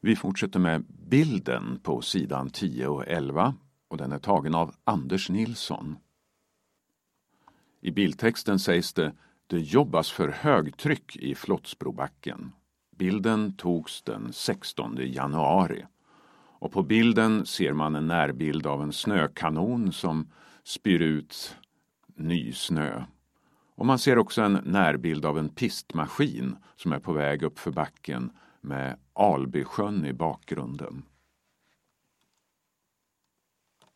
Vi fortsätter med bilden på sidan 10 och 11 och den är tagen av Anders Nilsson. I bildtexten sägs det jobbas för högtryck i Flottsbrobacken. Bilden togs den 16 januari. Och på bilden ser man en närbild av en snökanon som spyr ut ny snö. Och man ser också en närbild av en pistmaskin som är på väg upp för backen med Albysjön i bakgrunden.